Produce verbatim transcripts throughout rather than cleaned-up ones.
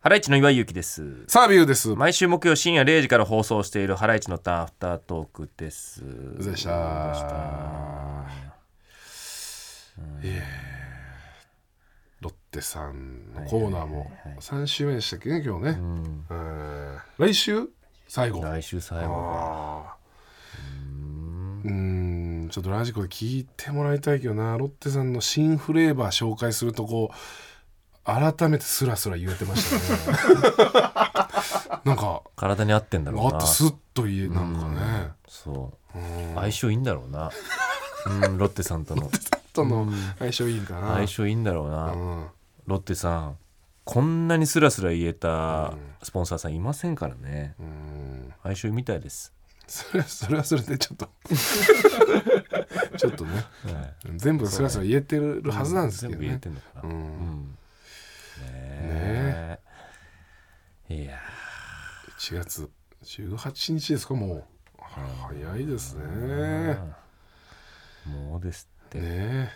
ハライチの岩井ゆきです。 サービューです。 毎週木曜深夜れいじから放送しているハライチのターンアフタートークです。 うでしたえー、ロッテさんのコーナーもさん週目でしたっけね今日ね、うんえー、来週最後来週最後か。 うーんちょっとラジコで聞いてもらいたいけどな。ロッテさんの新フレーバー紹介するとこ改めてスラスラ言えてましたねなんか体に合ってんだろうな。 あってスッと言えなんかねそう相性いいんだろうなうんロッテさんとのロッテさんとの相性いいんかな。 相性いいんだろうな、 うん、 ロッテさんこんなにスラスラ言えたスポンサーさんいませんからね、うん、相性みたいです。 それ, それはそれでちょっとちょっとね、はい、全部スラスラ言えてるはずなんですけどね、 うん、全部言えてんのかな、うんうん、ねえねいやいちがつじゅうはちにちですか。もう早いですね。 もうですってね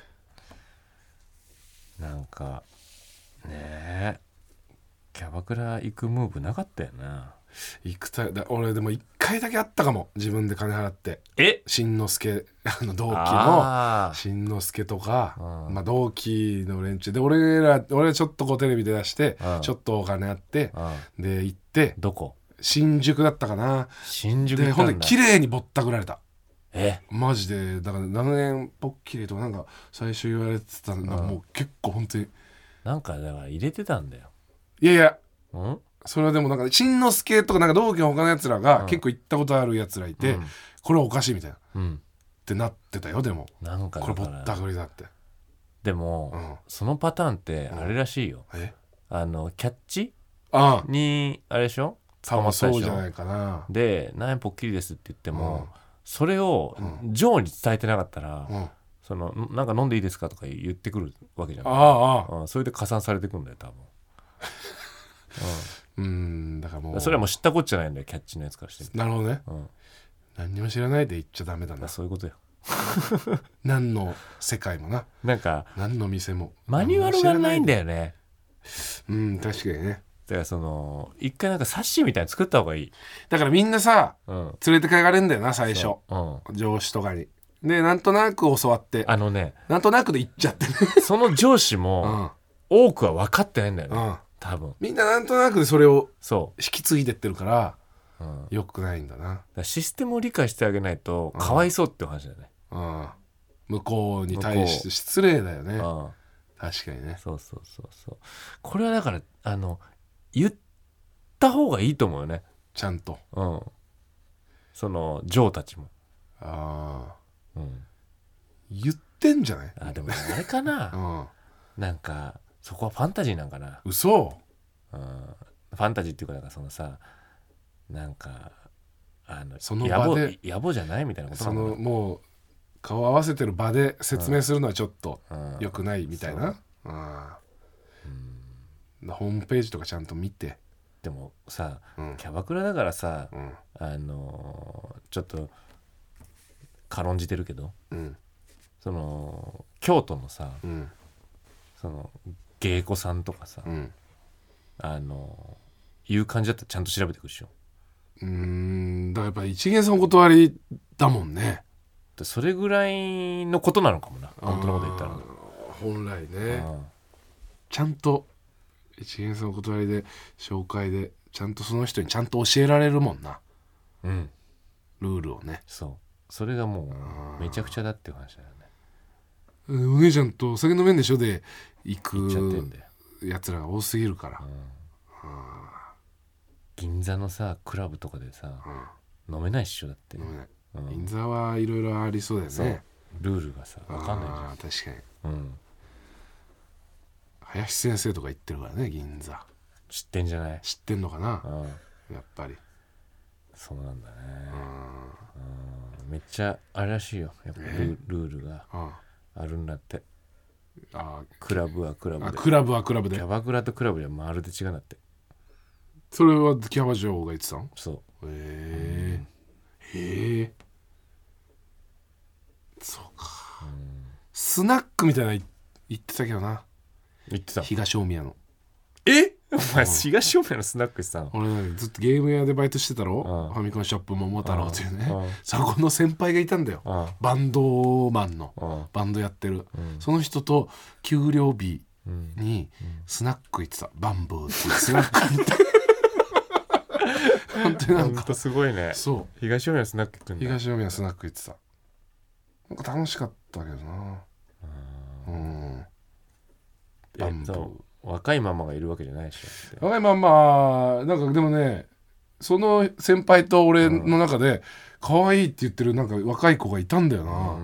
なんかねえキャバクラ行くムーブなかったよな。 行くただ俺でも一回だけあったかも。自分で金払ってえしんのすけあの同期のしんのすけとか、まあ、同期の連中で俺ら俺ちょっとこうテレビで出してちょっとお金あってで行ってどこ新宿だったかな。 新宿でほんで綺麗にぼったくられた。 えマジでだから何年ポッキリとかなんか最初言われてたのがもう結構本当になんかだから入れてたんだよ。 いやいやんそれはでもなんかしんのすけとかなんか同期の他のやつらが結構行ったことあるやつらいて、うん、これはおかしいみたいな、うん、ってなってたよ。でもなんかこれぼったくりだって。 でも、うん、そのパターンってあれらしいよ、うん、えあのキャッチああにあれでしょ捕まったでしょ。そうじゃないかな。 で何円ポッキリですって言っても、うん、それをジョーに伝えてなかったら、うん、そのなんか飲んでいいですかとか言ってくるわけじゃない。ああ、うん、それで加算されてくんだよ多分うん、うんだからもうそれはもう知ったこっちゃないんだよキャッチのやつからしてみて。 なるほどね、うん、何にも知らないで言っちゃダメだな。 そういうことよ何の世界もななんか何の店もマニュアルがないんだよね。 うん確かにね。 だからその一回なんか冊子みたいに作った方がいい。 だからみんなさ、うん、連れて帰られるんだよな最初、うん、上司とかにでなんとなく教わってあのねなんとなくで行っちゃってねその上司も、うん、多くは分かってないんだよね、うん、多分みんななんとなくでそれを引き継いでってるからうん、よくないんだな。だからシステムを理解してあげないとかわいそうって話だよね、 うんうん、向こうに対して失礼だよね、うん、確かにね。 そうそうそうそうこれはだからあの言った方がいいと思うよねちゃんと、 うん、そのジョーたちもあ、うん、言ってんじゃない。 あでもあれかな、うん、なんかそこはファンタジーなんかな。 嘘、 うん、ファンタジーっていうかなんかそのさなんかあのその場で野暮じゃないみたいなことなのかな。そのもう顔合わせてる場で説明するのはちょっと良くないみたいな、うんあうん、ホームページとかちゃんと見て。 でもさ、うん、キャバクラだからさ、うん、あのー、ちょっと軽んじてるけど、うん、その京都のさ、うん、その芸妓さんとかさ、うん、あのー、いう感じだったらちゃんと調べてくるでしょ。 うーんだからやっぱ一元さんお断りだもんね。 それぐらいのことなのかもな本当のこと言ったら。 本来ねちゃんと一元さんお断りで紹介でちゃんとその人にちゃんと教えられるもんな、うん、ルールをね。 そうそれがもうめちゃくちゃだっていう話だよね。 お姉ちゃんとお酒飲めんでしょで行くやつらが多すぎるから、うん、 銀座のさクラブとかでさ、うん、飲めないっしょだって、ねうん、銀座はいろいろありそうだよね。 ルールがさ分かんないじゃん。 あ確かに、うん、林先生とか行ってるからね銀座。 知ってんじゃない。 知ってんのかな、うん、やっぱりそうなんだね、うん、めっちゃあれらしいよやっぱル、ルールがあるんだって。あクラブはクラブで。 あクラブはクラブで。 キャバクラとクラブではまるで違うんだって。 それはキャバ嬢が言ってたの。 そうへえへえそうか、うん、スナックみたいな言ってたけどな。 言ってた。 東大宮の。 えお前東大宮のスナックしたの？ 俺なんかずっとゲーム屋でバイトしてたろ、 うん、 ファミコンショップ桃太郎っていうね、 うん、 そこの先輩がいたんだよ、うん、バンドマンの、うん、バンドやってる、うん、その人と給料日にスナック行ってた、バンブーっていうスナック行って本当になんかほんとすごいね。 そう東大宮のスナック行くんだ。 東大宮スナック行ってた。なんか楽しかったけどな。うん。 バンブー若いママがいるわけじゃないでしょ。 若いママなんかでもね、その先輩と俺の中で可愛いって言ってるなんか若い子がいたんだよな。うん、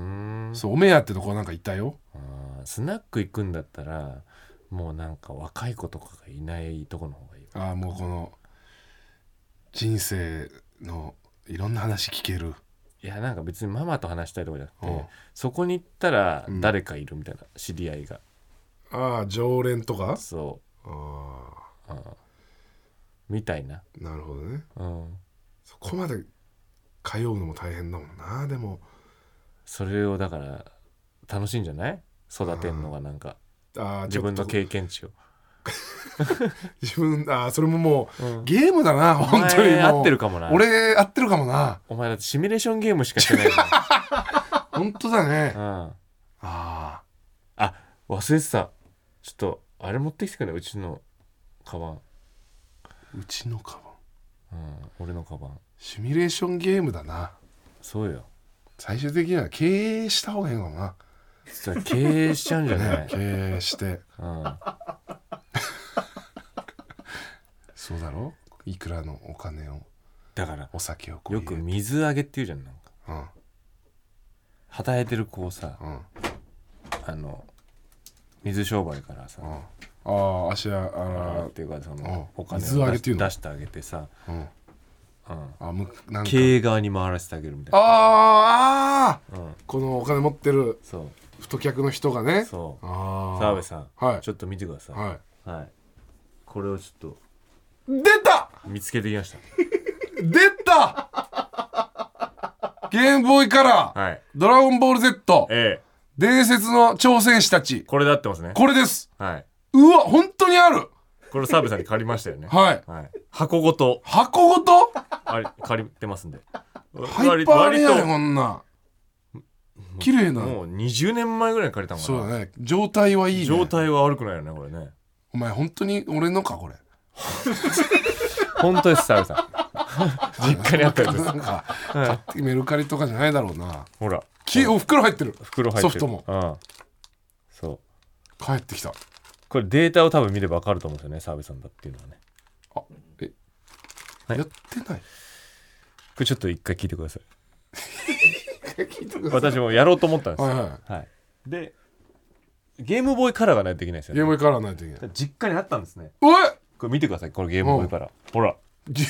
そうお目当ての子なんかいたよ。 あスナック行くんだったらもうなんか若い子とかがいないとこの方がいい。 ああもうこの人生のいろんな話聞ける。 いやなんか別にママと話したいとかじゃなくて、うん、そこに行ったら誰かいるみたいな、うん、知り合いが。 ああ常連とか。 そうああみたいな。 なるほどね、 うん、 そこまで通うのも大変だもんな。でもそれをだから楽しいんじゃない？育てんのがなんかあ自分の経験値を自分あそれももう、うん、ゲームだな本当に。もう合ってるかもな。 俺合ってるかもな。 お前だってシミュレーションゲームしかしてないから本当だね、うん、 あああ忘れてた。ちょっとあれ持ってきてくれうちのカバン。 うちのカバン、うん、俺のカバンシミュレーションゲームだな。 そうよ。 最終的には経営した方がいいのかな。 経営しちゃうんじゃない、 ね、経営して、うん、そうだろ。いくらのお金をだからお酒をこうよく水揚げっていうじゃん。なんか、うん、働いてる子をさ、うん、あの水商売からさ、うん、 ああ足やあっていうかそのお金を出してあげてさ、うんうん、あむなんか経営側に回らせてあげるみたいな。 ああ、うん、このお金持ってるそう太客の人がね。 そうあ澤部さん、はい、ちょっと見てください。はい、はい、これをちょっと出た見つけてきました出たゲームボーイカラー、はい、ドラゴンボール Z、ええ、伝説の挑戦士たち。 これで合ってますね。 これです、 はい、 うわ本当にある。 これ澤部さんに借りましたよねはい、はい、 箱ごと箱ごとあれ借りてますんで。 ハイパーレアやこんな綺麗な。 もうにじゅうねんまえぐらいに借りたのかな。 そうだね。状態はいいね。 状態は悪くないよねこれね。 お前本当に俺のかこれ本当です澤部さん実家にあったやつです。 なんか買ってメルカリとかじゃないだろうな。 ほらきお袋入ってる。 袋入ってる。 ソフトも、 うん、そう帰ってきた。 これデータを多分見れば分かると思うんですよね澤部さんだっていうのはね。 あえ、はい、やってない。これちょっと一回聞いてください私もやろうと思ったんです。はいはいはい、でゲームボーイカラーがないといけないですよね。 ゲームボーイカラーないといけない。 実家にあったんですね。 おいこれ見てください。これゲームボーイカラー、ほら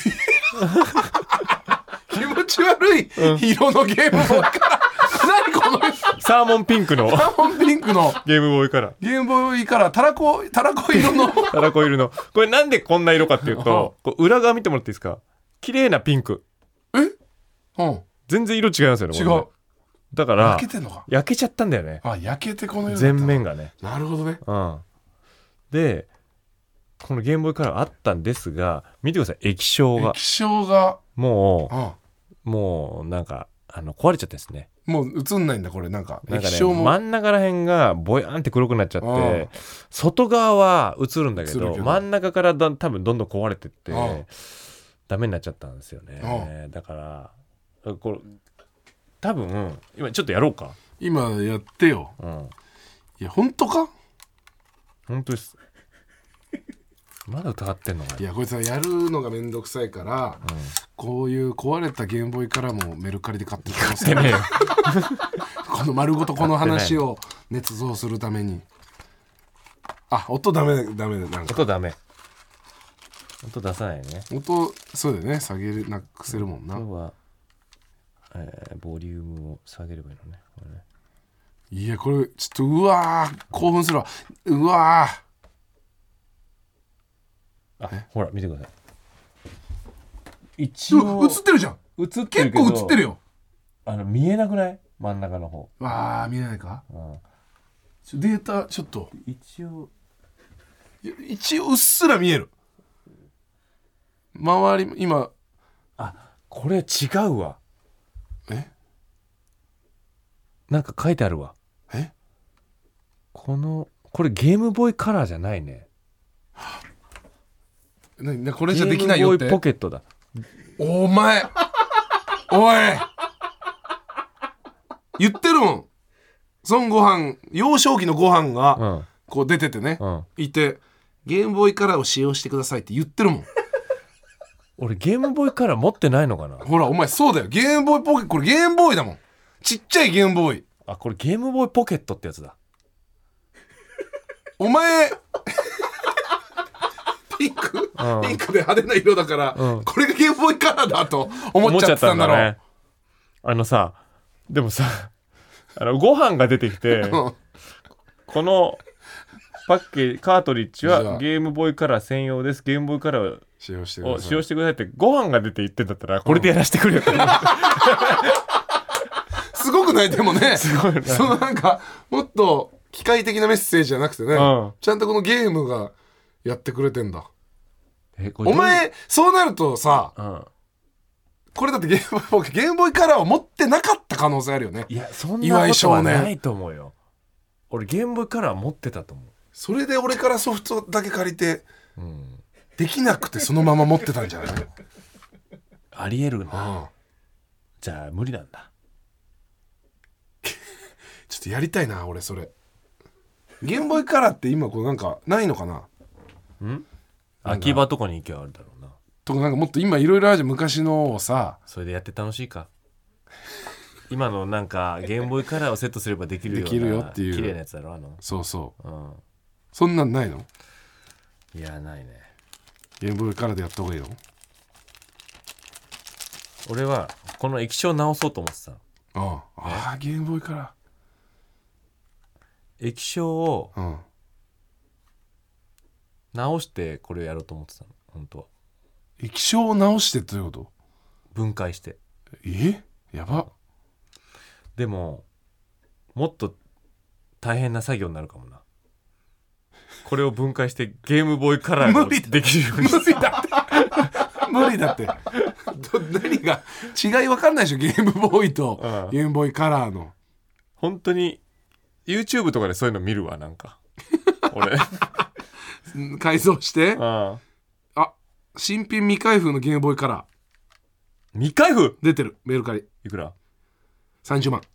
気持ち悪い色のゲームボーイカラー何このサーモンピンクのサーモンピンクのゲームボーイカラーゲームボーイカラーたらこたらこ色のたらこ色のこれなんでこんな色かっていうとこう裏側見てもらっていいですか。綺麗なピンク。 えうん全然色違いますよね。 違う。 だから焼けてんのか。 焼けちゃったんだよね。 あ焼けてこの色全面がね。 なるほどね。 うんでこのゲームボーイカラーあったんですが見てください。液晶が液晶がもう、うん、もうなんかあの壊れちゃってですね。 もう映んないんだこれ。なんかなんか、ね、真ん中ら辺がボヤーンって黒くなっちゃって外側は映るんだけ ど, けど真ん中からだ多分どんどん壊れてってダメになっちゃったんですよね。だからこれ多分今ちょっとやろうか。 今やってよ、うん、いや本当か。 本当ですまだ疑ってんのか。 いやこいつはやるのがめんどくさいから、うん、こういう壊れたゲームボーイからもメルカリで買ってきますねこの丸ごとこの話を捏造するために。あ音ダメダメなんか音ダメ音出さないね。 音そうだよね下げなくせるもんな。 今日は、えー、ボリュームを下げればいいのねこれね。 いやこれちょっとうわー興奮するわ。うわーあほら見てください。一応映ってるじゃん。 映ってるけど結構映ってるよ。 あの見えなくない真ん中の方。 わあ見えないか、うん、データちょっと一応一応うっすら見える。 周り今あこれ違うわ。 えなんか書いてあるわ。 えこのこれゲームボーイカラーじゃないね。 ななこれじゃできないよって。 ゲームボーイポケットだ。 お前おい言ってるもん。そのご飯幼少期のご飯が、うん、こう出ててね、うん、いてゲームボーイカラーを使用してくださいって言ってるもん。 俺ゲームボーイカラー持ってないのかな。 ほらお前そうだよ。ゲームボーイポケットこれゲームボーイだもん。ちっちゃいゲームボーイ。 あこれゲームボーイポケットってやつだ。 お前ピンク、うん、ピンクで派手な色だから、うん、これがゲームボーイカラーだと思っちゃってたんだろう。ね、 あのさでもさあのご飯が出てきて、うん、このパッケージカートリッジはゲームボーイカラー専用です。ゲームボーイカラーを使用してください。使用してくださいってご飯が出て言ってんだったらこれでやらせてくれよって、うん、 すごくないでもね。すごいね。そのなんかもっと機械的なメッセージじゃなくてね、うん、ちゃんとこのゲームがやってくれてんだ。えこれお前そうなるとさ、うん、これだってゲームボーイゲームボーイカラーを持ってなかった可能性あるよね。 いやそんなことはないと思うよ。俺ゲームボーイカラー持ってたと思う。 それで俺からソフトだけ借りて、うん、できなくてそのまま持ってたんじゃない？ ありえるな、うん、じゃあ無理なんだ。 ちょっとやりたいな俺それ。ゲームボーイカラーって今こうなんかないのかな。 ん秋葉とかに行けばあるだろうな。 とかなんかもっと今いろいろあるじゃん昔のをさ。 それでやって楽しいか。今のなんかゲームボーイカラーをセットすればできるようなできるよっていう綺麗なやつだろあの。 そうそう、うん、そんなんないの？ いやないね。 ゲームボーイカラーでやった方がいいの？ 俺はこの液晶直そうと思ってた。ああ、ああゲームボーイカラー液晶を直してこれをやろうと思ってたの本当は。 液晶を直してってどういうこと？ 分解して。 えやば。 でももっと大変な作業になるかもな。これを分解してゲームボーイカラーができるように。 無理だって無理だって何が違い分かんないでしょゲームボーイとゲームボーイカラーの。 本当に YouTube とかでそういうの見るわなんか俺改造してああ新品未開封のゲームボーイカラー未開封出てるメルカリ。いくら？ さんじゅうまん。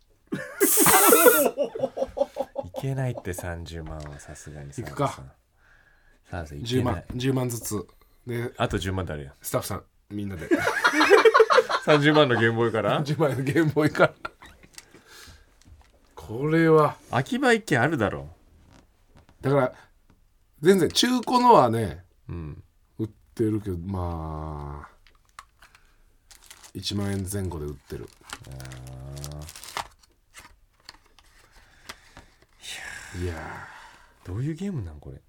いけないってさんじゅうまんはさすがに。 いくか。じゅうまんじゅうまんずつであとじゅうまん誰や？ スタッフさんみんなでさんじゅうまんのゲームボーイからじゅうまんのゲームボーイからこれは秋葉一軒あるだろう。だから全然中古のはね、うん、売ってるけどまあいちまんえんぜん後で売ってる。いやーどういうゲームなんこれ、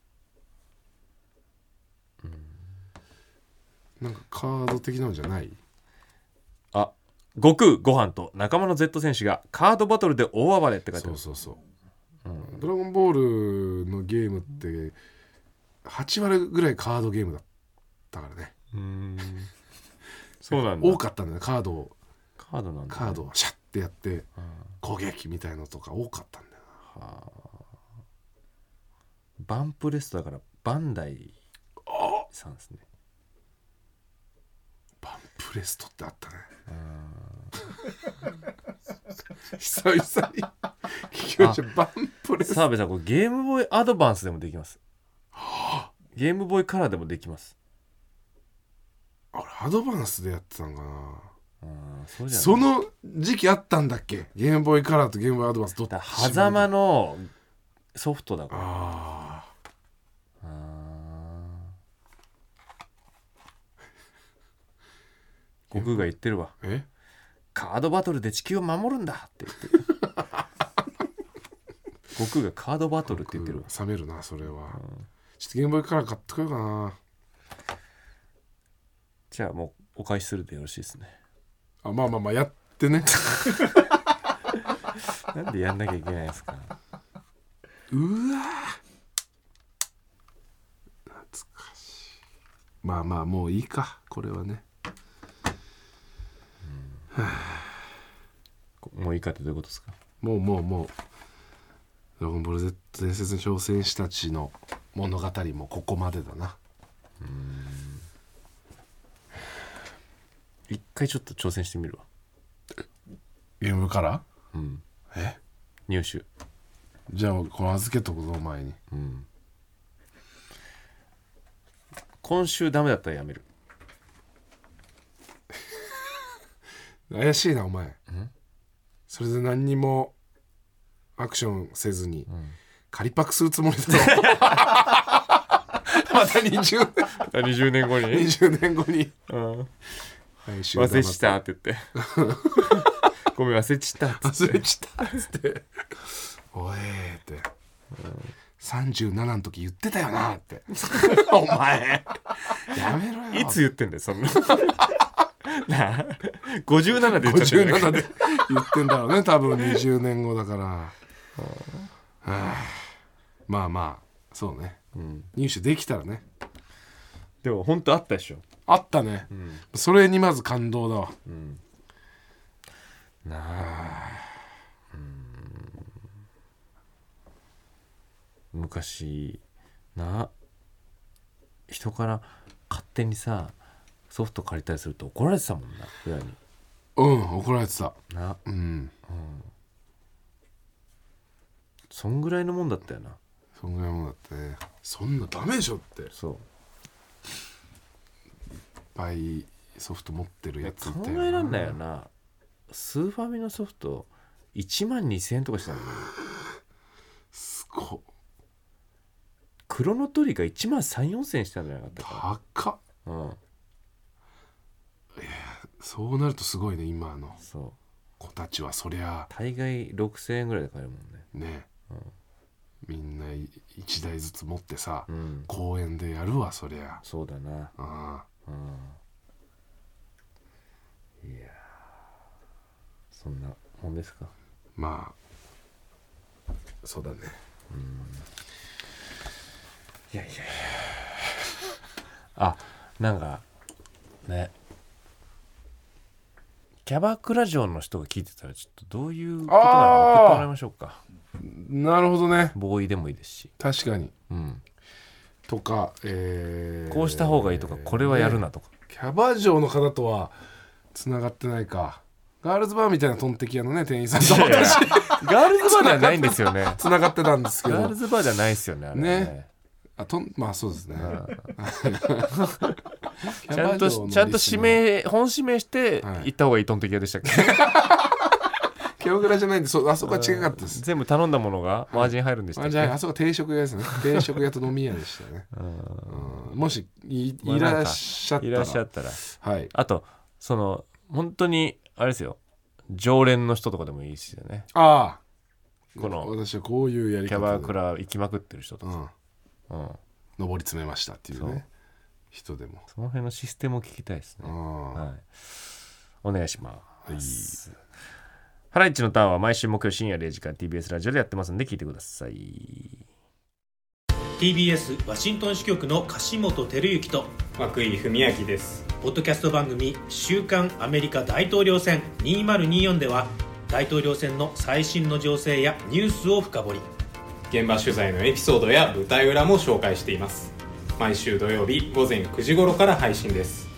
うん、なんかカード的なのじゃない？ あ悟空ご飯と仲間の Z 戦士がカードバトルで大暴れって書いてある。 そうそうそう、うん、ドラゴンボールのゲームってはち割ぐらいカードゲームだったからね。 うーんそうなんだ。 多かったんだよカードをカードなんだ、ね、 カードをシャッてやって攻撃みたいのとか多かったんだよ。はあ、 バンプレストだからバンダイさんですね。 バンプレストってあったね。久々に聞きました。バンプレスト。 澤部さんこれゲームボーイアドバンスでもできます。ゲームボーイカラーでもできます。 あれアドバンスでやってたのかな。あそうじゃない。その時期あったんだっけ？ゲームボーイカラーとゲームボーイアドバンスどっち？ 狭間のソフトだから。 ああ悟空が言ってるわ。 え？ カードバトルで地球を守るんだって言ってる。悟空がカードバトルって言ってるわ。 冷めるなそれは、うん、ちょっとゲームボーイカラー買ってこようかな。 じゃあもうお返しするでよろしいですね。 あまあまあまあやってね。 なんでやんなきゃいけないんですか。 うわ懐かしい。 まあまあもういいかこれはね、 うん、はあ、もういいかってどういうことですか。 もうもうもうドラゴンボール Z 伝説の挑戦士たちの物語もここまでだな。 うーん、一回ちょっと挑戦してみるわ。 ゲームから、 うん、 え入手じゃあこれ預けとくぞお前に、 うん、今週ダメだったらやめる。 怪しいなお前。 んそれで何にもアクションせずに、 うん、 仮パクするつもりだとまたにじゅうねんにじゅうねんごににじゅうねんごに、 うん、 忘れちったって言ってごめん忘れちったっつって忘れちったっつっておいーって、うん、さんじゅうななの時言ってたよなってお前やめろよ。 いつ言ってんだよそんななあごじゅうななで言っちゃったごじゅうななで言ってんだろうね多分にじゅうねんごだから、はあ、まあまあそうね、うん、入手できたらね。 でも本当あったでしょ。あったね、うん、それにまず感動だわ、うん、 なあ、うん、昔な人から勝手にさソフト借りたりすると怒られてたもんな親に。 うん怒られてたな、 うん、うん、 そんぐらいのもんだったよな。 そんぐらいのもんだったね。そんなダメでしょって。 そういっぱいソフト持ってるやついたよな。 考えらんないよな。スーファミのソフトいちまんにせんえんとかしたのにすごっ。 クロノトリガーいちまんさんぜろ ぜろ ぜろえんしたんじゃなかったか。 高っ。 うん、 いやそうなるとすごいね今のそう子たちは。そりゃ大概ろくせんえんぐらいで買えるもんね。 ね、うん、みんないちだいずつ持ってさ、 うん、 公園でやるわそりゃ。 そうだな。 ああ、 うん、いやそんなもんですか。 まあそうだね、 うん、いやいやいやあなんかねキャバクラ嬢の人が聞いてたらちょっとどういうことなのか送ってもらいましょうか。 なるほどね。 ボーイでもいいですし。 確かに、 うん、 とか、えー、 こうした方がいいとか、これはやるなとか、 ね、キャバ嬢の方とはつながってないか。ガールズバーみたいなトンテキ屋のね店員さんと私ガールズバーじゃないんですよね。 つながってたんですけどガールズバーじゃないですよねあれね。 ねあとまあそうですねちゃんとちゃんと指名本指名して行った方がいいトンテキ屋でしたっけ。 キャバクラじゃないんでそあそこは違かったです。 全部頼んだものがマージン入るんでしたっけ。 あそこ定食屋ですね。定食屋と飲み屋でしたね。うんもし い, いらっしゃったら、いらっしゃったら、はい、 あとその本当にあれですよ常連の人とかでもいいですよね。 ああこの私はこういうやり方でキャバクラ行きまくってる人とか、 うんうん、上り詰めましたっていうね人でもその辺のシステムを聞きたいですね。はい、お願いします。ハライチのターンは毎週木曜深夜れいじから ティービーエス ラジオでやってますんで聞いてください。 ティービーエス ワシントン支局の樫本照之と涌井文明です。 ポッドキャスト番組週刊アメリカ大統領選にせんにじゅうよんでは大統領選の最新の情勢やニュースを深掘り、 現場取材のエピソードや舞台裏も紹介しています。毎週土曜日午前くじ頃から配信です。